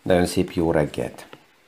Nagyon szép jó reggelt!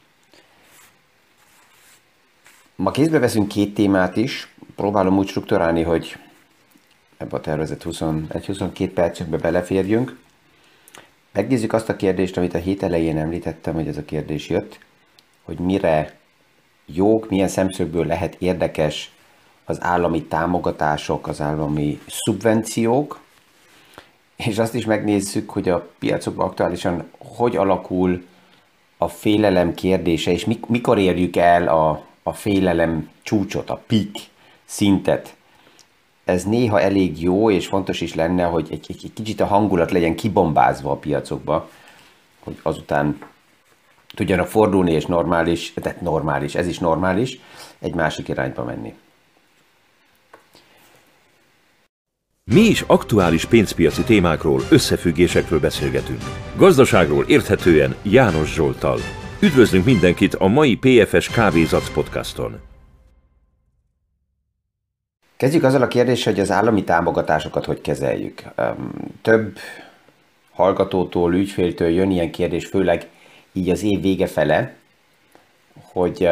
Ma kézbe veszünk két témát is. Próbálom úgy strukturálni, hogy ebbe a tervezett 21-22 percünkbe beleférjünk. Megnézzük azt a kérdést, amit a hét elején említettem, hogy ez a kérdés jött, hogy mire jók, milyen szemszögből lehet érdekes az állami támogatások, az állami szubvenciók, és azt is megnézzük, hogy a piacokban aktuálisan hogy alakul a félelem kérdése, és mikor érjük el a félelem csúcsot, a peak szintet. Ez néha elég jó, és fontos is lenne, hogy egy kicsit a hangulat legyen kibombázva a piacokba, hogy azután tudjanak fordulni, és normális, ez is normális, egy másik irányba menni. Mi is aktuális pénzpiaci témákról, összefüggésekről beszélgetünk. Gazdaságról érthetően János Zsolttal. Üdvözlünk mindenkit a mai PFS Kávézac podcaston. Kezdjük azzal a kérdéssel, hogy az állami támogatásokat hogy kezeljük. Több hallgatótól, ügyféltől jön ilyen kérdés, főleg így az év vége fele, hogy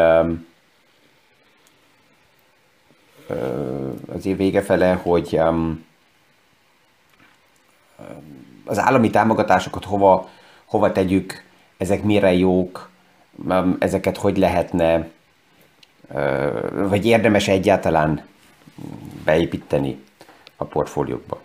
az állami támogatásokat hova tegyük, ezek mire jók, ezeket hogy lehetne, vagy érdemes egyáltalán beépíteni a portfóliókba.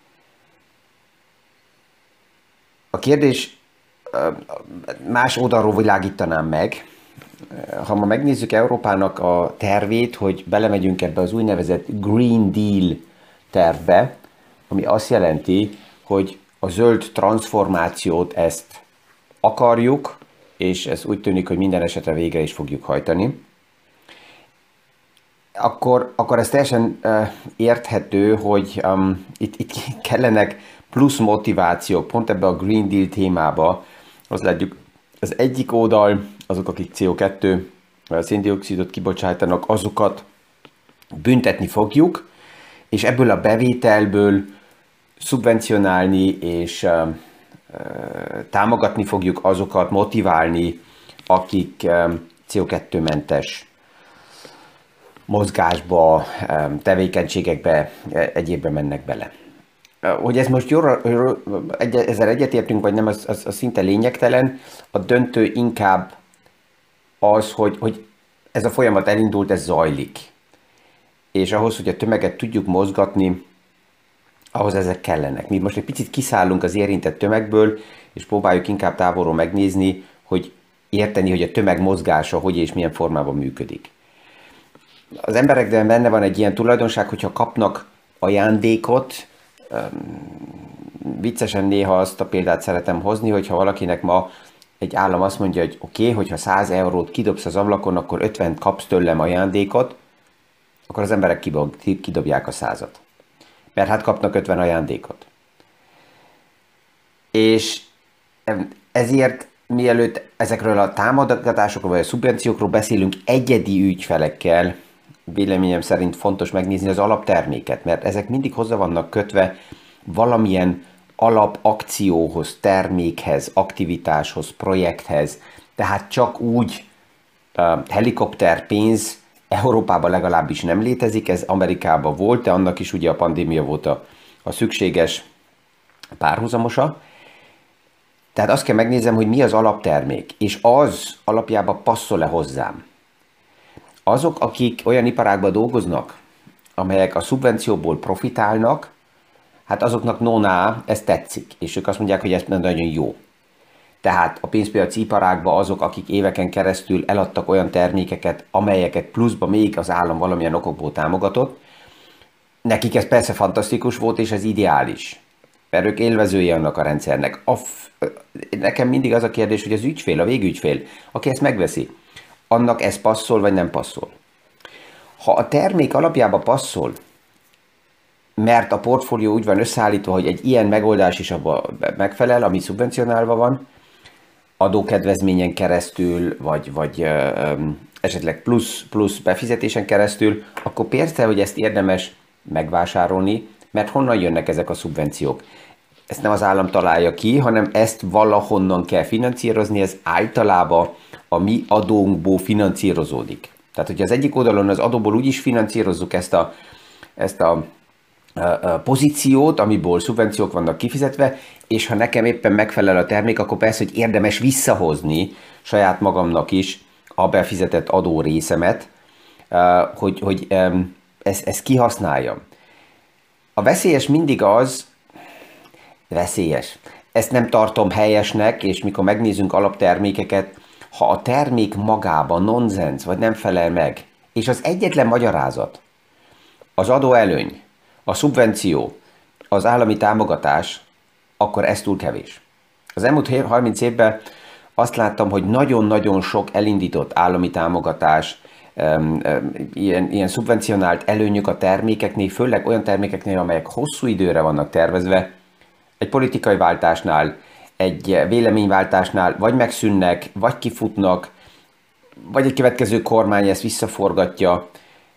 A kérdés más oldalról világítanám meg. Ha ma megnézzük Európának a tervét, hogy belemegyünk ebbe az úgynevezett Green Deal tervbe, ami azt jelenti, hogy a zöld transformációt ezt akarjuk, és ez úgy tűnik, hogy minden esetre végre is fogjuk hajtani, akkor ez teljesen érthető, hogy itt kellenek plusz motivációk, pont ebbe a Green Deal témába. Azt látjuk, az egyik oldal, azok, akik CO2, széndioxidot kibocsátanak, azokat büntetni fogjuk, és ebből a bevételből szubvencionálni és támogatni fogjuk azokat, motiválni, akik CO2-mentes mozgásba, tevékenységekbe, egyébben mennek bele. Hogy ez most ezzel egyetértünk, vagy nem, az szinte lényegtelen. A döntő inkább az, hogy ez a folyamat elindult, ez zajlik. És ahhoz, hogy a tömeget tudjuk mozgatni, ahhoz ezek kellenek. Mi most egy picit kiszállunk az érintett tömegből, és próbáljuk inkább távolról megnézni, hogy érteni, hogy a tömeg mozgása hogy és milyen formában működik. Az emberekben benne van egy ilyen tulajdonság, hogyha kapnak ajándékot, viccesen néha azt a példát szeretem hozni, hogyha valakinek ma egy állam azt mondja, hogy oké, hogyha 100 eurót kidobsz az ablakon, akkor 50 kapsz tőlem ajándékot, akkor az emberek kidobják a 100-at. Mert hát kapnak 50 ajándékot. És ezért mielőtt ezekről a támogatásokról vagy a szubvenciókról beszélünk, egyedi ügyfelekkel véleményem szerint fontos megnézni az alapterméket, mert ezek mindig hozzá vannak kötve valamilyen alapakcióhoz, termékhez, aktivitáshoz, projekthez. Tehát csak úgy helikopterpénz Európában legalábbis nem létezik, ez Amerikában volt, de annak is ugye a pandémia volt a szükséges párhuzamosa. Tehát azt kell megnézem, hogy mi az alaptermék, és az alapjában passzol-e hozzám. Azok, akik olyan iparágban dolgoznak, amelyek a szubvencióból profitálnak, hát azoknak ez tetszik, és ők azt mondják, hogy ez nagyon jó. Tehát a pénzpiaci iparágban azok, akik éveken keresztül eladtak olyan termékeket, amelyeket pluszba még az állam valamilyen okokból támogatott, nekik ez persze fantasztikus volt, és ez ideális. Mert ők élvezői annak a rendszernek. Nekem mindig az a kérdés, hogy az ügyfél, a végügyfél, aki ezt megveszi, annak ez passzol, vagy nem passzol. Ha a termék alapjában passzol, mert a portfólió úgy van összeállítva, hogy egy ilyen megoldás is abba megfelel, ami szubvencionálva van, adókedvezményen keresztül, vagy esetleg plusz befizetésen keresztül, akkor persze, hogy ezt érdemes megvásárolni, mert honnan jönnek ezek a szubvenciók? ezt nem az állam találja ki, hanem ezt valahonnan kell finanszírozni, ez általában a mi adónkból finanszírozódik. Tehát, hogyha az egyik oldalon az adóból úgy is finanszírozzuk ezt a pozíciót, amiből szubvenciók vannak kifizetve, és ha nekem éppen megfelel a termék, akkor persze, hogy érdemes visszahozni saját magamnak is a befizetett adó részemet, hogy ezt kihasználjam. A veszélyes mindig az, veszélyes. Ezt nem tartom helyesnek, és mikor megnézzünk alaptermékeket, ha a termék magában nonsens, vagy nem felel meg, és az egyetlen magyarázat, az adóelőny, a szubvenció, az állami támogatás, akkor ez túl kevés. Az elmúlt 30 évben azt láttam, hogy nagyon-nagyon sok elindított állami támogatás, ilyen szubvencionált előnyök a termékeknél, főleg olyan termékeknél, amelyek hosszú időre vannak tervezve, egy politikai váltásnál, egy véleményváltásnál vagy megszűnnek, vagy kifutnak, vagy egy következő kormány ezt visszaforgatja.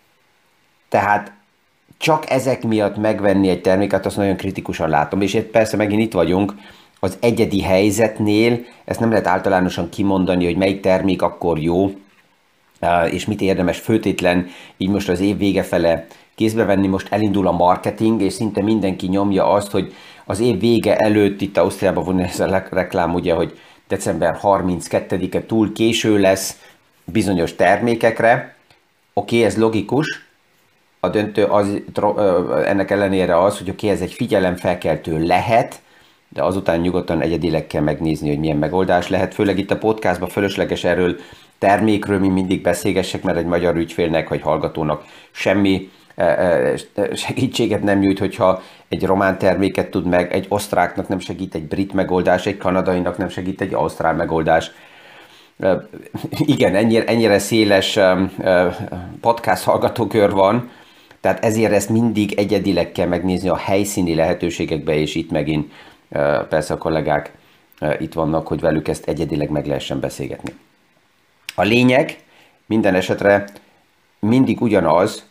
Tehát csak ezek miatt megvenni egy terméket, azt nagyon kritikusan látom. És persze megint itt vagyunk, az egyedi helyzetnél, ezt nem lehet általánosan kimondani, hogy melyik termék akkor jó, és mit érdemes főtétlen így most az év vége fele kézbe venni. Most elindul a marketing, és szinte mindenki nyomja azt, hogy az év vége előtt, itt Ausztriában van ez a reklám, ugye, hogy december 32-e túl késő lesz bizonyos termékekre. Oké, ez logikus. A döntő ennek ellenére az, hogy ez egy figyelemfelkeltő lehet, de azután nyugodtan egyedileg kell megnézni, hogy milyen megoldás lehet. Főleg itt a podcastban fölösleges erről termékről mi mindig beszélgessek, mert egy magyar ügyfélnek vagy hallgatónak semmi segítséget nem nyújt, hogyha egy román terméket tud meg, egy osztráknak nem segít egy brit megoldás, egy kanadainak nem segít egy ausztrál megoldás. Igen, ennyire széles podcast hallgatókör van, tehát ezért ezt mindig egyedileg kell megnézni a helyszíni lehetőségekbe, és itt megint persze a kollégák itt vannak, hogy velük ezt egyedileg meg lehessen beszélgetni. A lényeg minden esetre mindig ugyanaz,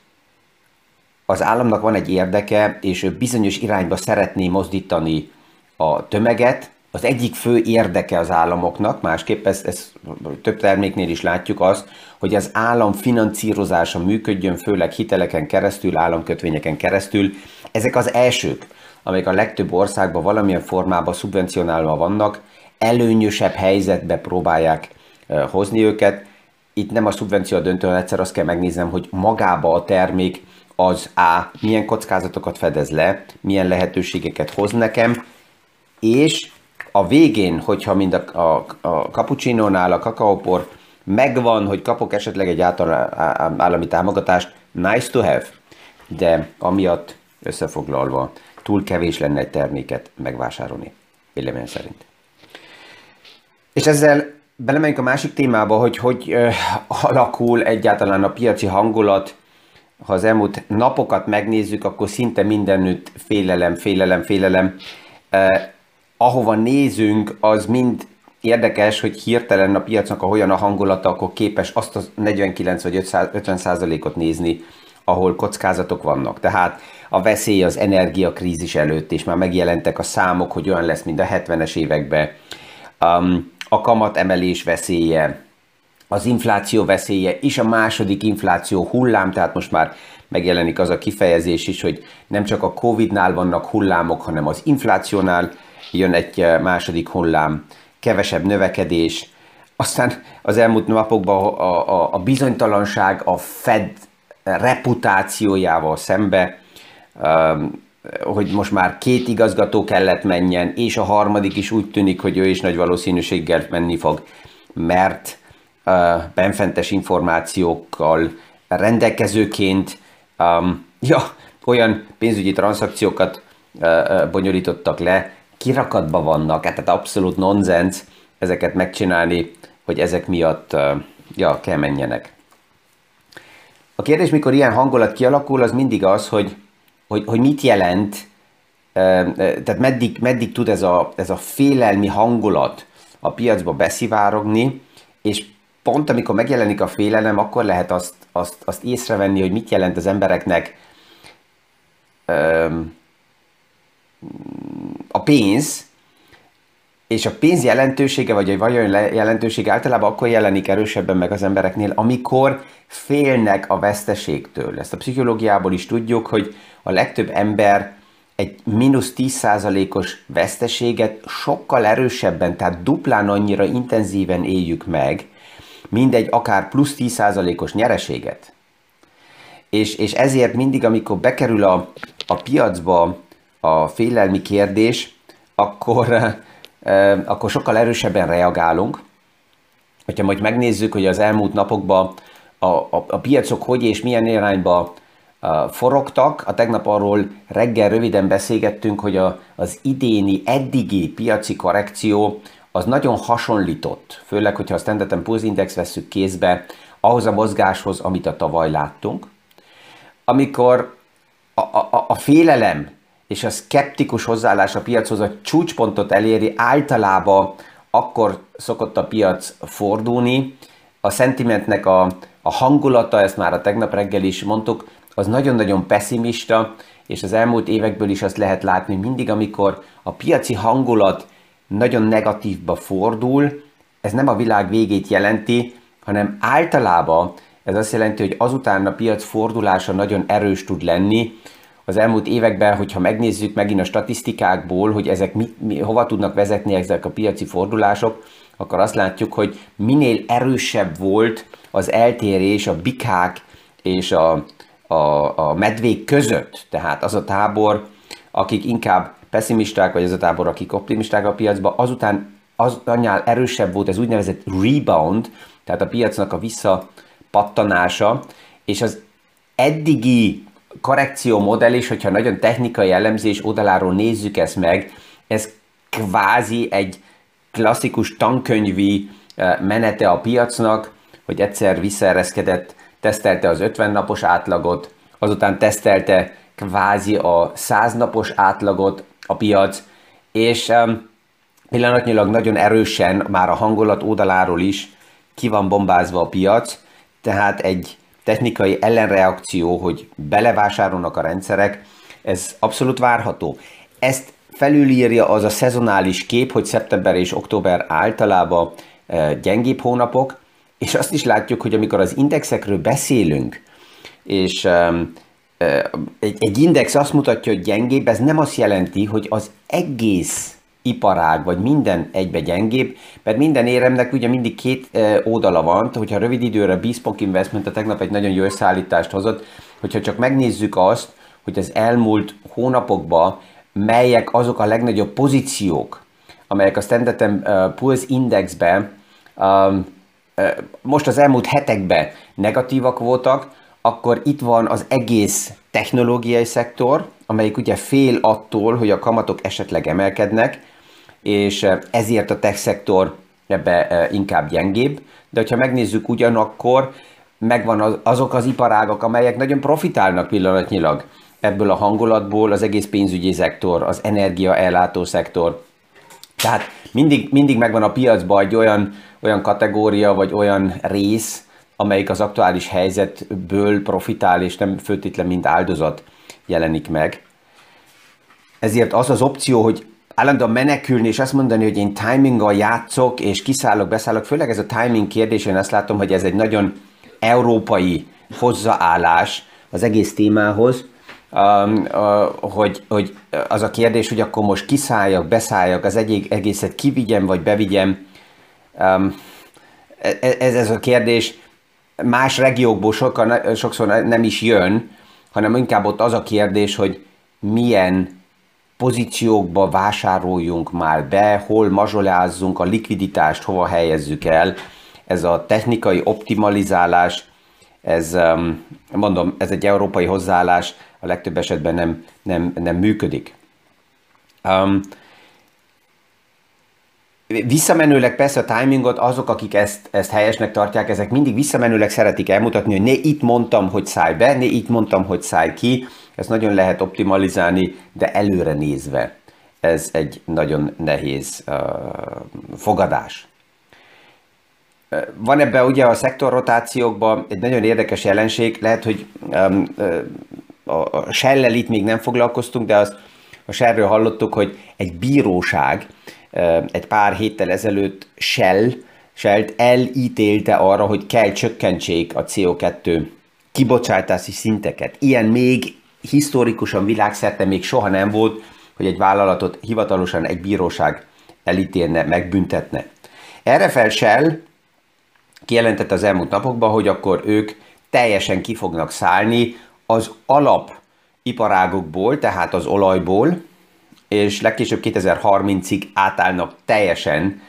az államnak van egy érdeke, és ő bizonyos irányba szeretné mozdítani a tömeget. Az egyik fő érdeke az államoknak, másképp ezt több terméknél is látjuk azt, hogy az állam finanszírozása működjön, főleg hiteleken keresztül, államkötvényeken keresztül. Ezek az elsők, amelyek a legtöbb országban valamilyen formában szubvencionálva vannak, előnyösebb helyzetbe próbálják hozni őket. Itt nem a szubvenció a döntő, hanem egyszer azt kell megnéznem, hogy magába a termék az milyen kockázatokat fedez le, milyen lehetőségeket hoz nekem, és a végén, hogyha mind a cappuccinónál a kakaópor megvan, hogy kapok esetleg egy állami támogatást, nice to have, de amiatt összefoglalva túl kevés lenne egy terméket megvásárolni, véleményem szerint. És ezzel belemegyünk a másik témába, hogy alakul egyáltalán a piaci hangulat. Ha az elmúlt napokat megnézzük, akkor szinte mindenütt félelem. Ahova nézünk, az mind érdekes, hogy hirtelen a piacnak olyan a hangulata, akkor képes azt a 49 vagy 50%-ot nézni, ahol kockázatok vannak. Tehát a veszély az energiakrízis előtt, és már megjelentek a számok, hogy olyan lesz, mint a 70-es években. A kamatemelés veszélye, az infláció veszélye és a második infláció hullám, tehát most már megjelenik az a kifejezés is, hogy nem csak a Covid-nál vannak hullámok, hanem az inflációnál jön egy második hullám, kevesebb növekedés. Aztán az elmúlt napokban a bizonytalanság a Fed reputációjával szembe, hogy most már 2 igazgató kellett menjen, és a harmadik is úgy tűnik, hogy ő is nagy valószínűséggel menni fog, mert benfentes információkkal rendelkezőként olyan pénzügyi tranzakciókat bonyolítottak le, kirakatba vannak, tehát abszolút nonsens ezeket megcsinálni, hogy ezek miatt kell menjenek. A kérdés, mikor ilyen hangulat kialakul, az mindig az, hogy mit jelent, tehát meddig tud ez a félelmi hangulat a piacba beszivárogni, és pont amikor megjelenik a félelem, akkor lehet azt észrevenni, hogy mit jelent az embereknek a pénz, és a pénz jelentősége, vagy a vagyon jelentősége általában akkor jelenik erősebben meg az embereknél, amikor félnek a veszteségtől. Ezt a pszichológiából is tudjuk, hogy a legtöbb ember egy -10%-os veszteséget sokkal erősebben, tehát duplán annyira intenzíven éljük meg, mint egy akár plusz 10%-os nyereséget. És ezért mindig, amikor bekerül a piacba a félelmi kérdés, akkor sokkal erősebben reagálunk. Hogyha majd megnézzük, hogy az elmúlt napokban a piacok hogy és milyen irányba forogtak, a tegnap arról reggel röviden beszélgettünk, hogy az idéni, eddigi piaci korrekció az nagyon hasonlított, főleg, hogyha a Standard & Poor's Index vesszük kézbe, ahhoz a mozgáshoz, amit a tavaly láttunk. Amikor a félelem és a szkeptikus hozzáállás a piachoz a csúcspontot eléri, általában akkor szokott a piac fordulni. A szentimentnek a hangulata, ezt már a tegnap reggel is mondtuk, az nagyon-nagyon pessimista, és az elmúlt évekből is azt lehet látni, hogy mindig, amikor a piaci hangulat nagyon negatívba fordul, ez nem a világ végét jelenti, hanem általában ez azt jelenti, hogy azután a piac fordulása nagyon erős tud lenni. Az elmúlt években, hogyha megnézzük megint a statisztikákból, hogy ezek hova tudnak vezetni ezek a piaci fordulások, akkor azt látjuk, hogy minél erősebb volt az eltérés a bikák és a medvék között, tehát az a tábor, akik inkább pessimisták, vagy az a tábor, akik optimisták a piacban, azután annál erősebb volt ez úgynevezett rebound, tehát a piacnak a visszapattanása, és az eddigi korrekció modell is, hogyha nagyon technikai elemzés oldaláról nézzük ezt meg, ez kvázi egy klasszikus tankönyvi menete a piacnak, hogy egyszer visszaereszkedett, tesztelte az 50 napos átlagot, azután tesztelte kvázi a 100 napos átlagot a piac, és pillanatnyilag nagyon erősen már a hangulat oldaláról is ki van bombázva a piac, tehát egy technikai ellenreakció, hogy belevásárolnak a rendszerek, ez abszolút várható. Ezt felülírja az a szezonális kép, hogy szeptember és október általában gyengébb hónapok, és azt is látjuk, hogy amikor az indexekről beszélünk, és egy index azt mutatja, hogy gyengébb, ez nem azt jelenti, hogy az egész iparág, vagy minden egybe gyengébb, mert minden éremnek ugye mindig két oldala van, hogyha rövid időre Bespoke Investment a tegnap egy nagyon jó összeállítást hozott, hogyha csak megnézzük azt, hogy az elmúlt hónapokban melyek azok a legnagyobb pozíciók, amelyek a Standard & Poor's Indexben most az elmúlt hetekben negatívak voltak, akkor itt van az egész technológiai szektor, amelyik ugye fél attól, hogy a kamatok esetleg emelkednek, és ezért a tech szektor ebbe inkább gyengébb. De hogyha megnézzük ugyanakkor, megvan azok az iparágak, amelyek nagyon profitálnak pillanatnyilag ebből a hangulatból, az egész pénzügyi szektor, az energiaellátó szektor. Tehát mindig megvan a piacban egy olyan kategória, vagy olyan rész, amelyik az aktuális helyzetből profitál, és nem feltétlenül mint áldozat jelenik meg. Ezért az az opció, hogy állandóan menekülni, és azt mondani, hogy én timinggal játszok, és kiszállok, beszállok, főleg ez a timing kérdés, én azt látom, hogy ez egy nagyon európai hozzáállás az egész témához, hogy az a kérdés, hogy akkor most kiszálljak, beszálljak, az egészet kivigyem, vagy bevigyem. Ez a kérdés más regiókból sokszor nem is jön, hanem inkább ott az a kérdés, hogy milyen pozíciókba vásároljunk már be, hol mazsolázzunk a likviditást, hova helyezzük el. Ez a technikai optimalizálás, ez egy európai hozzáállás, a legtöbb esetben nem működik. Visszamenőleg persze a timingot azok, akik ezt helyesnek tartják, ezek mindig visszamenőleg szeretik elmutatni, hogy ne itt mondtam, hogy szállj be, ne itt mondtam, hogy szállj ki. Ezt nagyon lehet optimalizálni, de előre nézve ez egy nagyon nehéz fogadás. Van ebben ugye a szektorrotációkban egy nagyon érdekes jelenség, lehet, hogy a Shell-lel itt még nem foglalkoztunk, de azt A Shellről hallottuk, hogy egy bíróság egy pár héttel ezelőtt Shellt elítélte arra, hogy kell csökkentsék a CO2 kibocsátási szinteket. Ilyen még historikusan világszerte még soha nem volt, hogy egy vállalatot hivatalosan egy bíróság elítélne, megbüntetne. Erre fel Shell kijelentette az elmúlt napokban, hogy akkor ők teljesen ki fognak szállni az alapiparágokból, tehát az olajból, és legkésőbb 2030-ig átállnak teljesen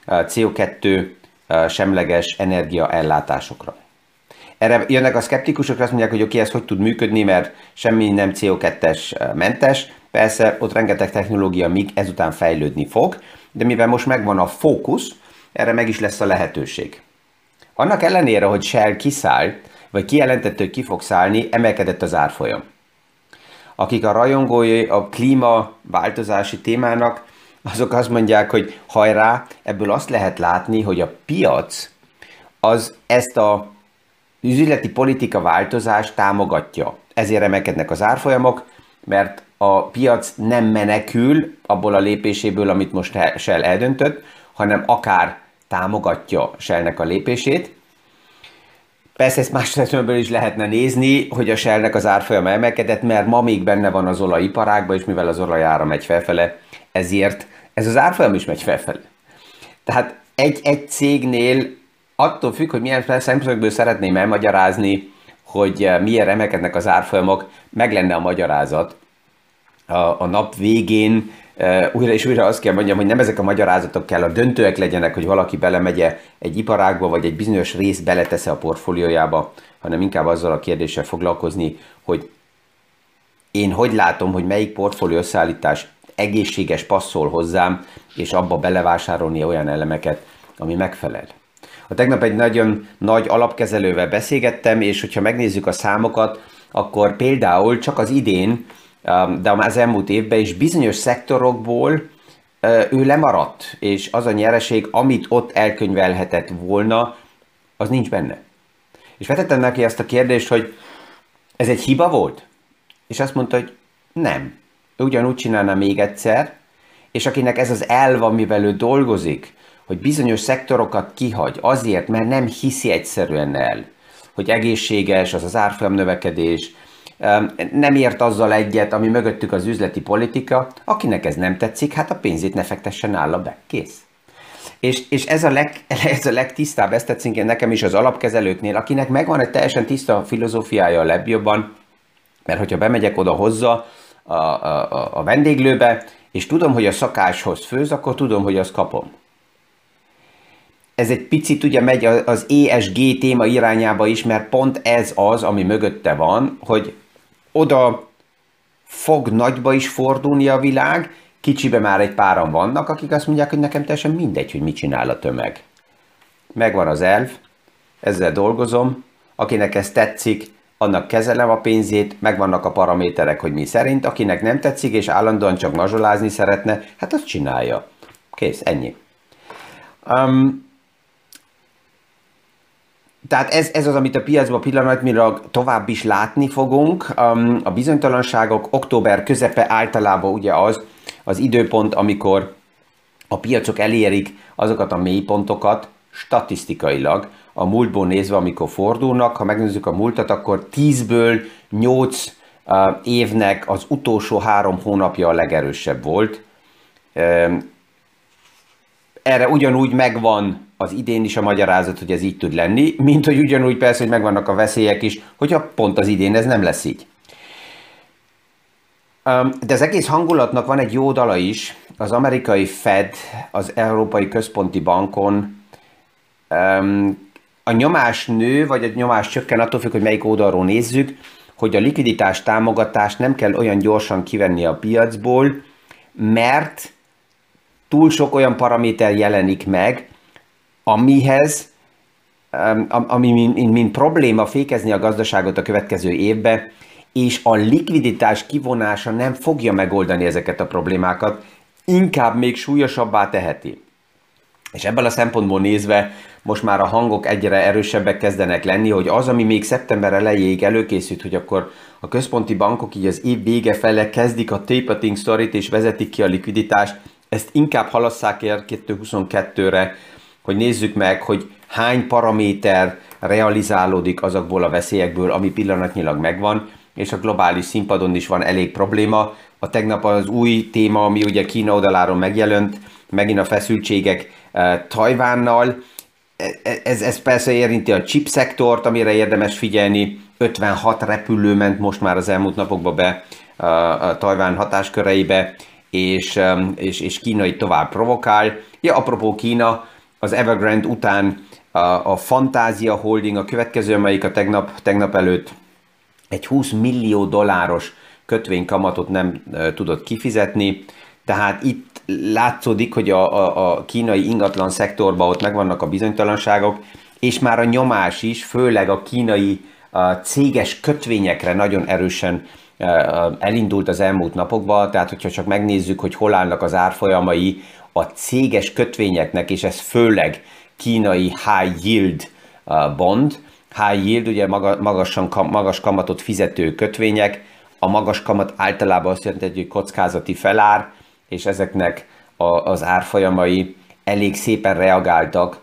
CO2 semleges energiaellátásokra. Erre jönnek a szkeptikusok, azt mondják, hogy oké, ez hogy tud működni, mert semmi nem CO2-es mentes. Persze, ott rengeteg technológia még ezután fejlődni fog, de mivel most megvan a fókusz, erre meg is lesz a lehetőség. Annak ellenére, hogy Shell kiszállt, vagy kijelentett, hogy ki fog szállni, emelkedett az árfolyam. Akik a rajongói a klímaváltozási témának, azok azt mondják, hogy hajrá, ebből azt lehet látni, hogy a piac az ezt a üzleti politika változást támogatja. Ezért emelkednek az árfolyamok, mert a piac nem menekül abból a lépéséből, amit most Shell eldöntött, hanem akár támogatja Shellnek a lépését. Persze ezt más szempontból is lehetne nézni, hogy a Shellnek az árfolyama emelkedett, mert ma még benne van az olajiparágban, és mivel az olajára megy felfele, ezért ez az árfolyam is megy felfele. Tehát egy cégnél attól függ, hogy milyen szempontból szeretném elmagyarázni, hogy miért emelkednek az árfolyamok, meg lenne a magyarázat. A nap végén újra és újra azt kell mondjam, hogy nem ezek a magyarázatok kell a döntőek legyenek, hogy valaki belemegye egy iparágba, vagy egy bizonyos részt beletesz a portfóliójába, hanem inkább azzal a kérdéssel foglalkozni, hogy én hogy látom, hogy melyik portfólió összeállítás egészséges passzol hozzám, és abba belevásárolni olyan elemeket, ami megfelel. A tegnap egy nagyon nagy alapkezelővel beszélgettem, és hogyha megnézzük a számokat, akkor például csak az idén, de az elmúlt évben is bizonyos szektorokból ő lemaradt, és az a nyereség, amit ott elkönyvelhetett volna, az nincs benne. És vetettem neki azt a kérdést, hogy ez egy hiba volt? És azt mondta, hogy nem. Ő ugyanúgy csinálna még egyszer, és akinek ez az elv, amivel ő dolgozik, hogy bizonyos szektorokat kihagy azért, mert nem hiszi egyszerűen el, hogy egészséges az az árfolyam növekedés, nem ért azzal egyet, ami mögöttük az üzleti politika, akinek ez nem tetszik, hát a pénzét ne fektessen nála be. Kész. És ez a legtisztább, ezt tetszik nekem is az alapkezelőknél, akinek megvan egy teljesen tiszta filozófiája a legjobban, mert hogyha bemegyek oda hozzá a vendéglőbe, és tudom, hogy a szakáshoz főz, akkor tudom, hogy azt kapom. Ez egy picit ugye megy az ESG téma irányába is, mert pont ez az, ami mögötte van, hogy oda fog nagyba is fordulni a világ, kicsibe már egy páran vannak, akik azt mondják, hogy nekem teljesen mindegy, hogy mit csinál a tömeg. Megvan az elv, ezzel dolgozom, akinek ez tetszik, annak kezelem a pénzét, megvannak a paraméterek, hogy mi szerint, akinek nem tetszik, és állandóan csak mazsolázni szeretne, hát azt csinálja. Kész, ennyi. Tehát ez az, amit a piacban pillanatnyilag tovább is látni fogunk. A bizonytalanságok október közepe általában ugye az időpont, amikor a piacok elérik azokat a mélypontokat statisztikailag, a múltból nézve, amikor fordulnak. Ha megnézzük a múltat, akkor 10-ből 8 évnek az utolsó 3 hónapja a legerősebb volt. Erre ugyanúgy megvan az idén is a magyarázat, hogy ez így tud lenni, mint hogy ugyanúgy persze, hogy megvannak a veszélyek is, hogyha pont az idén ez nem lesz így. De az egész hangulatnak van egy jó dala is, az amerikai Fed, az Európai Központi Bankon a nyomás nő, vagy a nyomás csökken, attól függ, hogy melyik oldalról nézzük, hogy a likviditás támogatást nem kell olyan gyorsan kivenni a piacból, mert túl sok olyan paraméter jelenik meg, ami mint probléma fékezni a gazdaságot a következő évbe, és a likviditás kivonása nem fogja megoldani ezeket a problémákat, inkább még súlyosabbá teheti. És ebből a szempontból nézve most már a hangok egyre erősebbek kezdenek lenni, hogy az, ami még szeptember elejéig előkészült, hogy akkor a központi bankok így az év vége fele kezdik a tapering sztorit és vezetik ki a likviditást, ezt inkább halasszák el 2022-re, hogy nézzük meg, hogy hány paraméter realizálódik azokból a veszélyekből, ami pillanatnyilag megvan, és a globális színpadon is van elég probléma. A tegnap az új téma, ami ugye Kína oldaláról megjelent, megint a feszültségek Tajvánnal. Ez persze érinti a chip szektort, amire érdemes figyelni. 56 repülő ment most már az elmúlt napokban be a Tajván hatásköreibe, és Kína itt tovább provokál. Ja, apropó Kína, az Evergrande után a Fantasia Holding a következő, amelyik a tegnap előtt egy $20 millió kötvénykamatot nem tudott kifizetni, tehát itt látszódik, hogy a kínai ingatlan szektorban ott megvannak a bizonytalanságok, és már a nyomás is, főleg a kínai céges kötvényekre nagyon erősen elindult az elmúlt napokban, tehát hogyha csak megnézzük, hogy hol állnak az árfolyamai a céges kötvényeknek, és ez főleg kínai high yield bond. High yield, ugye magas kamatot fizető kötvények, a magas kamat általában azt jelenti, hogy kockázati felár, és ezeknek az árfolyamai elég szépen reagáltak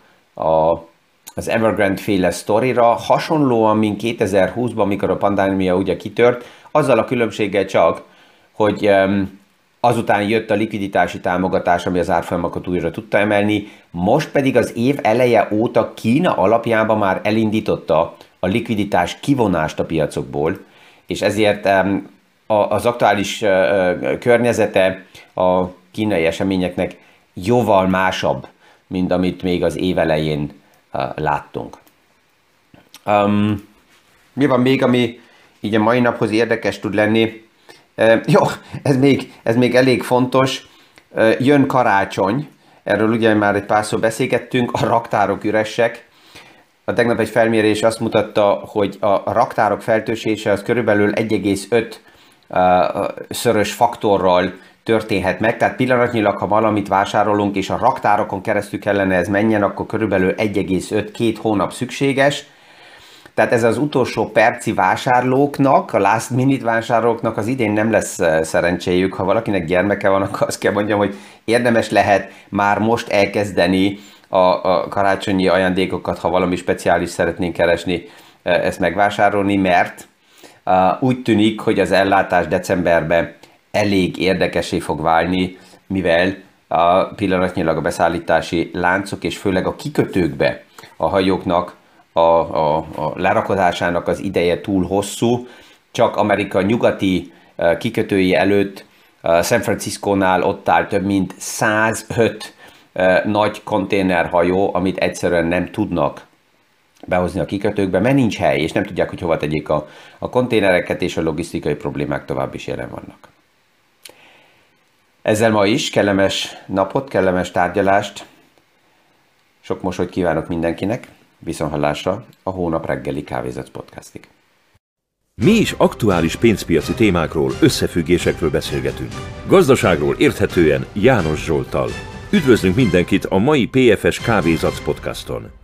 az Evergrande féle sztorira, hasonlóan, mint 2020-ban, amikor a pandémia ugye kitört, azzal a különbséggel csak, hogy azután jött a likviditási támogatás, ami az árfolyamokat újra tudta emelni, most pedig az év eleje óta Kína alapjában már elindította a likviditás kivonást a piacokból, és ezért az aktuális környezete a kínai eseményeknek jóval másabb, mint amit még az év elején láttunk. Mi van még, ami így a mai naphoz érdekes tud lenni? Jó, ez még elég fontos. Jön karácsony, erről ugye már egy párszor beszélgettünk, a raktárok üresek. A tegnap egy felmérés azt mutatta, hogy a raktárok feltöltése az körülbelül 1,5 szörös faktorral történhet meg, tehát pillanatnyilag, ha valamit vásárolunk, és a raktárokon keresztül kellene ez menjen, akkor körülbelül 1,5-2 hónap szükséges. Tehát ez az utolsó perci vásárlóknak, a last minute vásárlóknak az idén nem lesz szerencséjük. Ha valakinek gyermeke van, akkor azt kell mondjam, hogy érdemes lehet már most elkezdeni a karácsonyi ajándékokat, ha valami speciális szeretnénk keresni, ezt megvásárolni, mert úgy tűnik, hogy az ellátás decemberben elég érdekessé fog válni, mivel pillanatnyilag a beszállítási láncok és főleg a kikötőkbe a hajóknak a lerakodásának az ideje túl hosszú. Csak Amerika nyugati kikötői előtt San Franciscónál ott áll több mint 105 nagy konténerhajó, amit egyszerűen nem tudnak behozni a kikötőkbe, mert nincs hely, és nem tudják, hogy hova tegyék a konténereket, és a logisztikai problémák tovább is jelen vannak. Ezzel ma is kellemes napot, kellemes tárgyalást, sok mosolyt kívánok mindenkinek, viszonthallásra a hónap reggeli Kávézac podcastig. Mi is aktuális pénzpiaci témákról, összefüggésekről beszélgetünk. Gazdaságról érthetően János Zsolttal. Üdvözlünk mindenkit a mai PFS Kávézac podcaston!